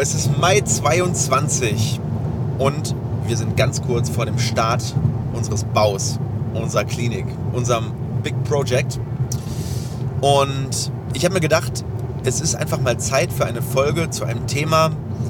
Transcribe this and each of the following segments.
es ist Mai 22 und wir sind ganz kurz vor dem Start unseres Baus, unserer Klinik, unserem Big Project. Und ich habe mir gedacht, es ist einfach mal Zeit für eine Folge zu einem Thema,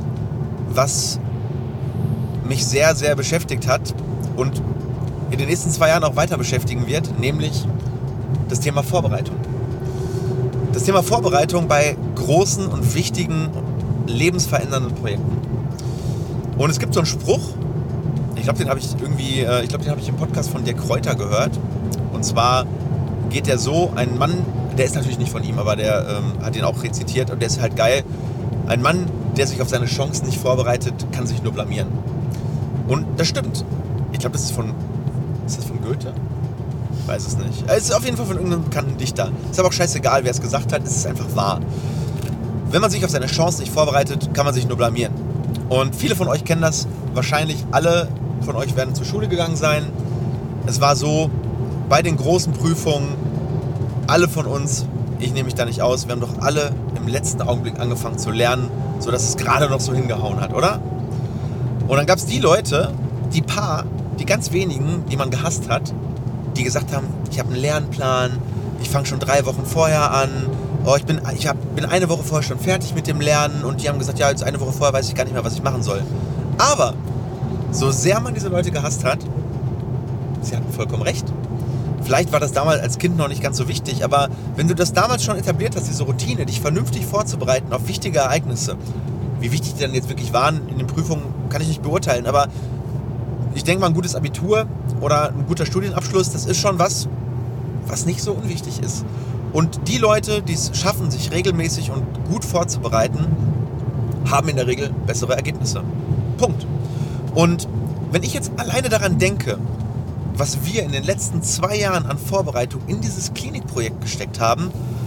was mich sehr, sehr beschäftigt hat und in den nächsten 2 Jahren auch weiter beschäftigen wird, nämlich das Thema Vorbereitung. Das Thema Vorbereitung bei großen und wichtigen, lebensverändernden Projekten. Und es gibt so einen Spruch, ich glaube, den habe ich im Podcast von Dirk Kräuter gehört. Und zwar geht der so, ein Mann, der ist natürlich nicht von ihm, aber der hat ihn auch rezitiert und der ist halt geil. Ein Mann, der sich auf seine Chancen nicht vorbereitet, kann sich nur blamieren. Und das stimmt. Ich glaube, ist das von Goethe? Ich weiß es nicht. Es ist auf jeden Fall von irgendeinem bekannten Dichter. Ist aber auch scheißegal, wer es gesagt hat, es ist einfach wahr. Wenn man sich auf seine Chancen nicht vorbereitet, kann man sich nur blamieren. Und viele von euch kennen das, wahrscheinlich alle von euch werden zur Schule gegangen sein. Es war so, bei den großen Prüfungen, alle von uns, ich nehme mich da nicht aus, wir haben doch alle im letzten Augenblick angefangen zu lernen, sodass es gerade noch so hingehauen hat, oder? Und dann gab es die Leute, die ganz wenigen, die man gehasst hat, die gesagt haben, ich habe einen Lernplan, ich fange schon 3 Wochen vorher an, ich bin eine Woche vorher schon fertig mit dem Lernen und die haben gesagt, ja, jetzt eine Woche vorher weiß ich gar nicht mehr, was ich machen soll. Aber so sehr man diese Leute gehasst hat, sie hatten vollkommen recht. Vielleicht war das damals als Kind noch nicht ganz so wichtig, aber wenn du das damals schon etabliert hast, diese Routine, dich vernünftig vorzubereiten auf wichtige Ereignisse, wie wichtig die dann jetzt wirklich waren in den Prüfungen, kann ich nicht beurteilen, aber ich denke mal, ein gutes Abitur oder ein guter Studienabschluss, das ist schon was nicht so unwichtig ist. Und die Leute, die es schaffen, sich regelmäßig und gut vorzubereiten, haben in der Regel bessere Ergebnisse. Punkt. Und wenn ich jetzt alleine daran denke, was wir in den letzten 2 Jahren an Vorbereitung in dieses Klinikprojekt gesteckt haben,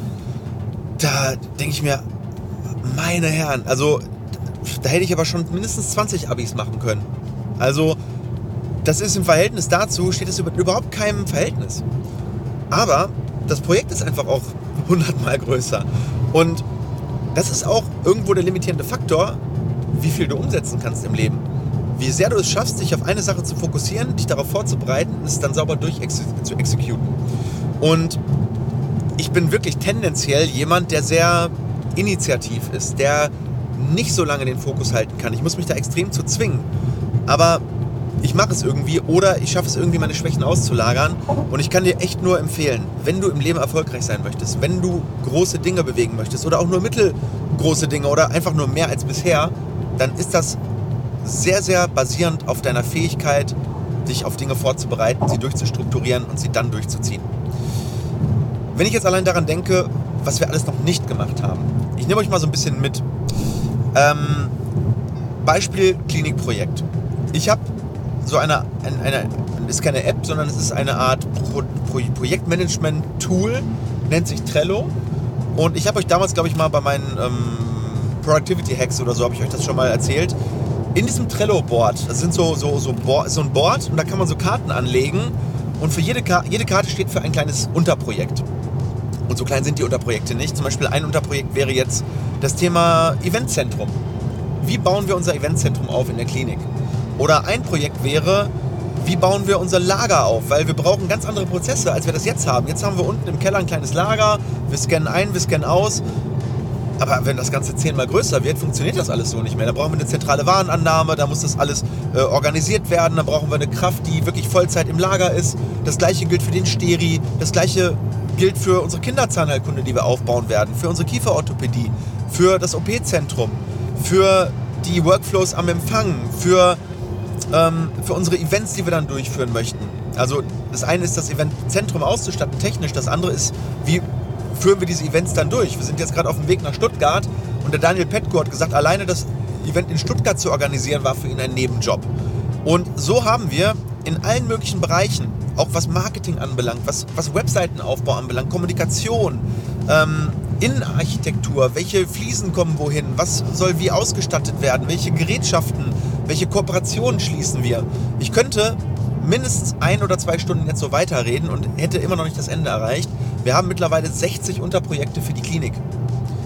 da denke ich mir, meine Herren, also da hätte ich aber schon mindestens 20 Abis machen können. Also das ist im Verhältnis dazu, steht es überhaupt keinem Verhältnis. Aber das Projekt ist einfach auch 100-mal größer. Und das ist auch irgendwo der limitierende Faktor, wie viel du umsetzen kannst im Leben. Wie sehr du es schaffst, dich auf eine Sache zu fokussieren, dich darauf vorzubereiten und es dann sauber zu exekutieren. Und ich bin wirklich tendenziell jemand, der sehr initiativ ist, der nicht so lange den Fokus halten kann. Ich muss mich da extrem zu zwingen. Aber ich mache es irgendwie oder ich schaffe es irgendwie, meine Schwächen auszulagern. Und ich kann dir echt nur empfehlen, wenn du im Leben erfolgreich sein möchtest, wenn du große Dinge bewegen möchtest oder auch nur mittelgroße Dinge oder einfach nur mehr als bisher, dann ist das sehr, sehr basierend auf deiner Fähigkeit, dich auf Dinge vorzubereiten, sie durchzustrukturieren und sie dann durchzuziehen. Wenn ich jetzt allein daran denke, was wir alles noch nicht gemacht haben, ich nehme euch mal so ein bisschen mit. Beispiel Klinikprojekt. Ich habe so eine ist keine App, sondern es ist eine Art Projektmanagement-Tool, nennt sich Trello. Und ich habe euch damals, glaube ich, mal bei meinen Productivity Hacks oder so, habe ich euch das schon mal erzählt. In diesem Trello-Board, das sind so ein Board und da kann man so Karten anlegen und für jede Karte steht für ein kleines Unterprojekt. Und so klein sind die Unterprojekte nicht. Zum Beispiel ein Unterprojekt wäre jetzt das Thema Eventzentrum. Wie bauen wir unser Eventzentrum auf in der Klinik? Oder ein Projekt wäre, wie bauen wir unser Lager auf? Weil wir brauchen ganz andere Prozesse, als wir das jetzt haben. Jetzt haben wir unten im Keller ein kleines Lager, wir scannen ein, wir scannen aus. Aber wenn das Ganze 10-mal größer wird, funktioniert das alles so nicht mehr. Da brauchen wir eine zentrale Warenannahme, da muss das alles organisiert werden, da brauchen wir eine Kraft, die wirklich Vollzeit im Lager ist. Das gleiche gilt für den Steri, das gleiche gilt für unsere Kinderzahnheilkunde, die wir aufbauen werden, für unsere Kieferorthopädie, für das OP-Zentrum, für die Workflows am Empfang, für unsere Events, die wir dann durchführen möchten. Also das eine ist, das Eventzentrum auszustatten technisch, das andere ist, wie führen wir diese Events dann durch. Wir sind jetzt gerade auf dem Weg nach Stuttgart und der Daniel Petko hat gesagt, alleine das Event in Stuttgart zu organisieren, war für ihn ein Nebenjob. Und so haben wir in allen möglichen Bereichen, auch was Marketing anbelangt, was Webseitenaufbau anbelangt, Kommunikation, Innenarchitektur, welche Fliesen kommen wohin, was soll wie ausgestattet werden, welche Gerätschaften, welche Kooperationen schließen wir. Ich könnte mindestens 1 oder 2 Stunden jetzt so weiterreden und hätte immer noch nicht das Ende erreicht. Wir haben mittlerweile 60 Unterprojekte für die Klinik.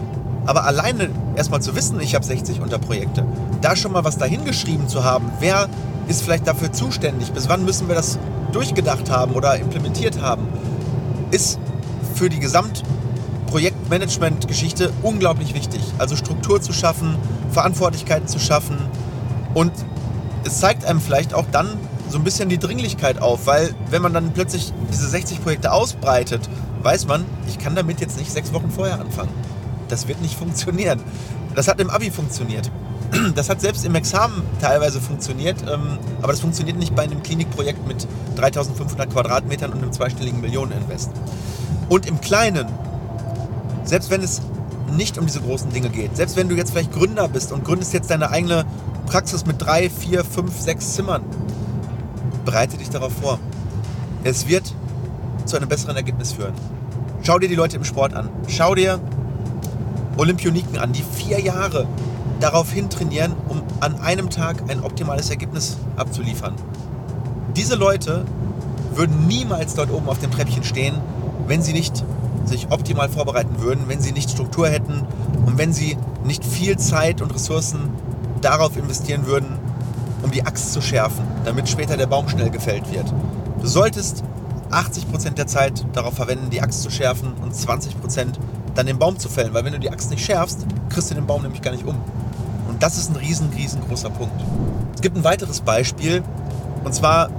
Aber alleine erstmal zu wissen, ich habe 60 Unterprojekte, da schon mal was dahingeschrieben zu haben, wer ist vielleicht dafür zuständig, bis wann müssen wir das durchgedacht haben oder implementiert haben, ist für die Gesamtprojektmanagement-Geschichte unglaublich wichtig. Also Struktur zu schaffen, Verantwortlichkeiten zu schaffen und es zeigt einem vielleicht auch dann so ein bisschen die Dringlichkeit auf, weil wenn man dann plötzlich diese 60 Projekte ausbreitet, weiß man, ich kann damit jetzt nicht 6 Wochen vorher anfangen. Das wird nicht funktionieren. Das hat im Abi funktioniert. Das hat selbst im Examen teilweise funktioniert, aber das funktioniert nicht bei einem Klinikprojekt mit 3500 Quadratmetern und einem zweistelligen Millioneninvest. Und im Kleinen, selbst wenn es nicht um diese großen Dinge geht, selbst wenn du jetzt vielleicht Gründer bist und gründest jetzt deine eigene Praxis mit 3, 4, 5, 6 Zimmern, bereite dich darauf vor. Es wird zu einem besseren Ergebnis führen. Schau dir die Leute im Sport an. Schau dir Olympioniken an, die 4 Jahre darauf hin trainieren, um an einem Tag ein optimales Ergebnis abzuliefern. Diese Leute würden niemals dort oben auf dem Treppchen stehen, wenn sie nicht sich optimal vorbereiten würden, wenn sie nicht Struktur hätten und wenn sie nicht viel Zeit und Ressourcen darauf investieren würden, um die Axt zu schärfen, damit später der Baum schnell gefällt wird. Du solltest 80% der Zeit darauf verwenden, die Axt zu schärfen und 20% dann den Baum zu fällen, weil wenn du die Axt nicht schärfst, kriegst du den Baum nämlich gar nicht um. Und das ist ein riesengroßer Punkt. Es gibt ein weiteres Beispiel, und zwar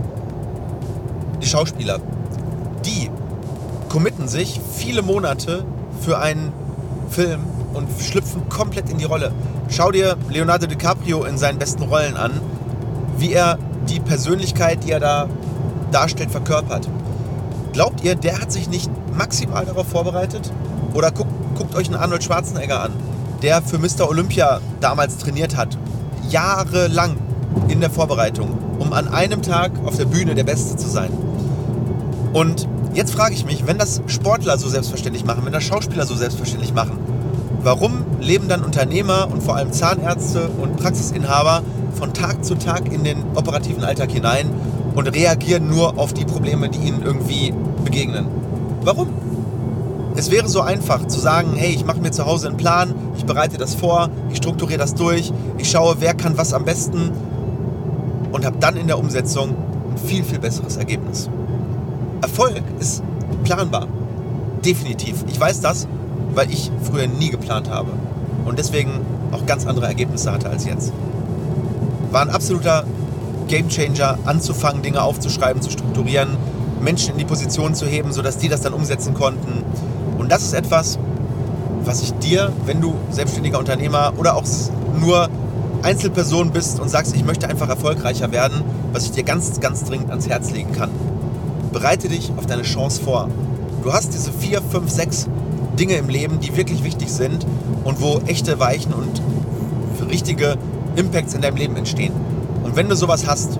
die Schauspieler. Die committen sich viele Monate für einen Film und schlüpfen komplett in die Rolle. Schau dir Leonardo DiCaprio in seinen besten Rollen an, wie er die Persönlichkeit, die er da darstellt, verkörpert. Glaubt ihr, der hat sich nicht maximal darauf vorbereitet? Oder guckt euch einen Arnold Schwarzenegger an, der für Mr. Olympia damals trainiert hat. Jahrelang in der Vorbereitung, um an einem Tag auf der Bühne der Beste zu sein. Und jetzt frage ich mich, wenn das Sportler so selbstverständlich machen, wenn das Schauspieler so selbstverständlich machen, warum leben dann Unternehmer und vor allem Zahnärzte und Praxisinhaber von Tag zu Tag in den operativen Alltag hinein und reagieren nur auf die Probleme, die ihnen irgendwie begegnen? Warum? Es wäre so einfach zu sagen, hey, ich mache mir zu Hause einen Plan, ich bereite das vor, ich strukturiere das durch, ich schaue, wer kann was am besten und habe dann in der Umsetzung ein viel besseres Ergebnis. Erfolg ist planbar. Definitiv. Ich weiß das, weil ich früher nie geplant habe und deswegen auch ganz andere Ergebnisse hatte als jetzt. War ein absoluter Gamechanger, anzufangen, Dinge aufzuschreiben, zu strukturieren, Menschen in die Position zu heben, sodass die das dann umsetzen konnten. Und das ist etwas, was ich dir, wenn du selbstständiger Unternehmer oder auch nur Einzelperson bist und sagst, ich möchte einfach erfolgreicher werden, was ich dir ganz dringend ans Herz legen kann. Bereite dich auf deine Chance vor. Du hast diese 4, 5, 6 Dinge im Leben, die wirklich wichtig sind und wo echte Weichen und richtige Impacts in deinem Leben entstehen. Und wenn du sowas hast,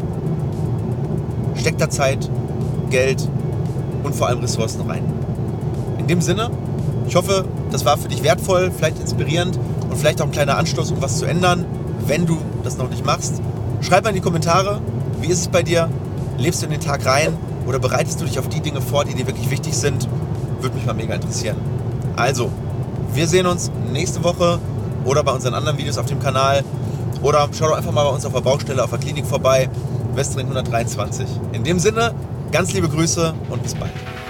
steck da Zeit, Geld und vor allem Ressourcen rein. In dem Sinne, ich hoffe, das war für dich wertvoll, vielleicht inspirierend und vielleicht auch ein kleiner Anstoß, um was zu ändern, wenn du das noch nicht machst. Schreib mal in die Kommentare, wie ist es bei dir? Lebst du in den Tag rein oder bereitest du dich auf die Dinge vor, die dir wirklich wichtig sind? Würde mich mal mega interessieren. Also, wir sehen uns nächste Woche oder bei unseren anderen Videos auf dem Kanal oder schau doch einfach mal bei uns auf der Baustelle, auf der Klinik vorbei, Westring 123. In dem Sinne, ganz liebe Grüße und bis bald.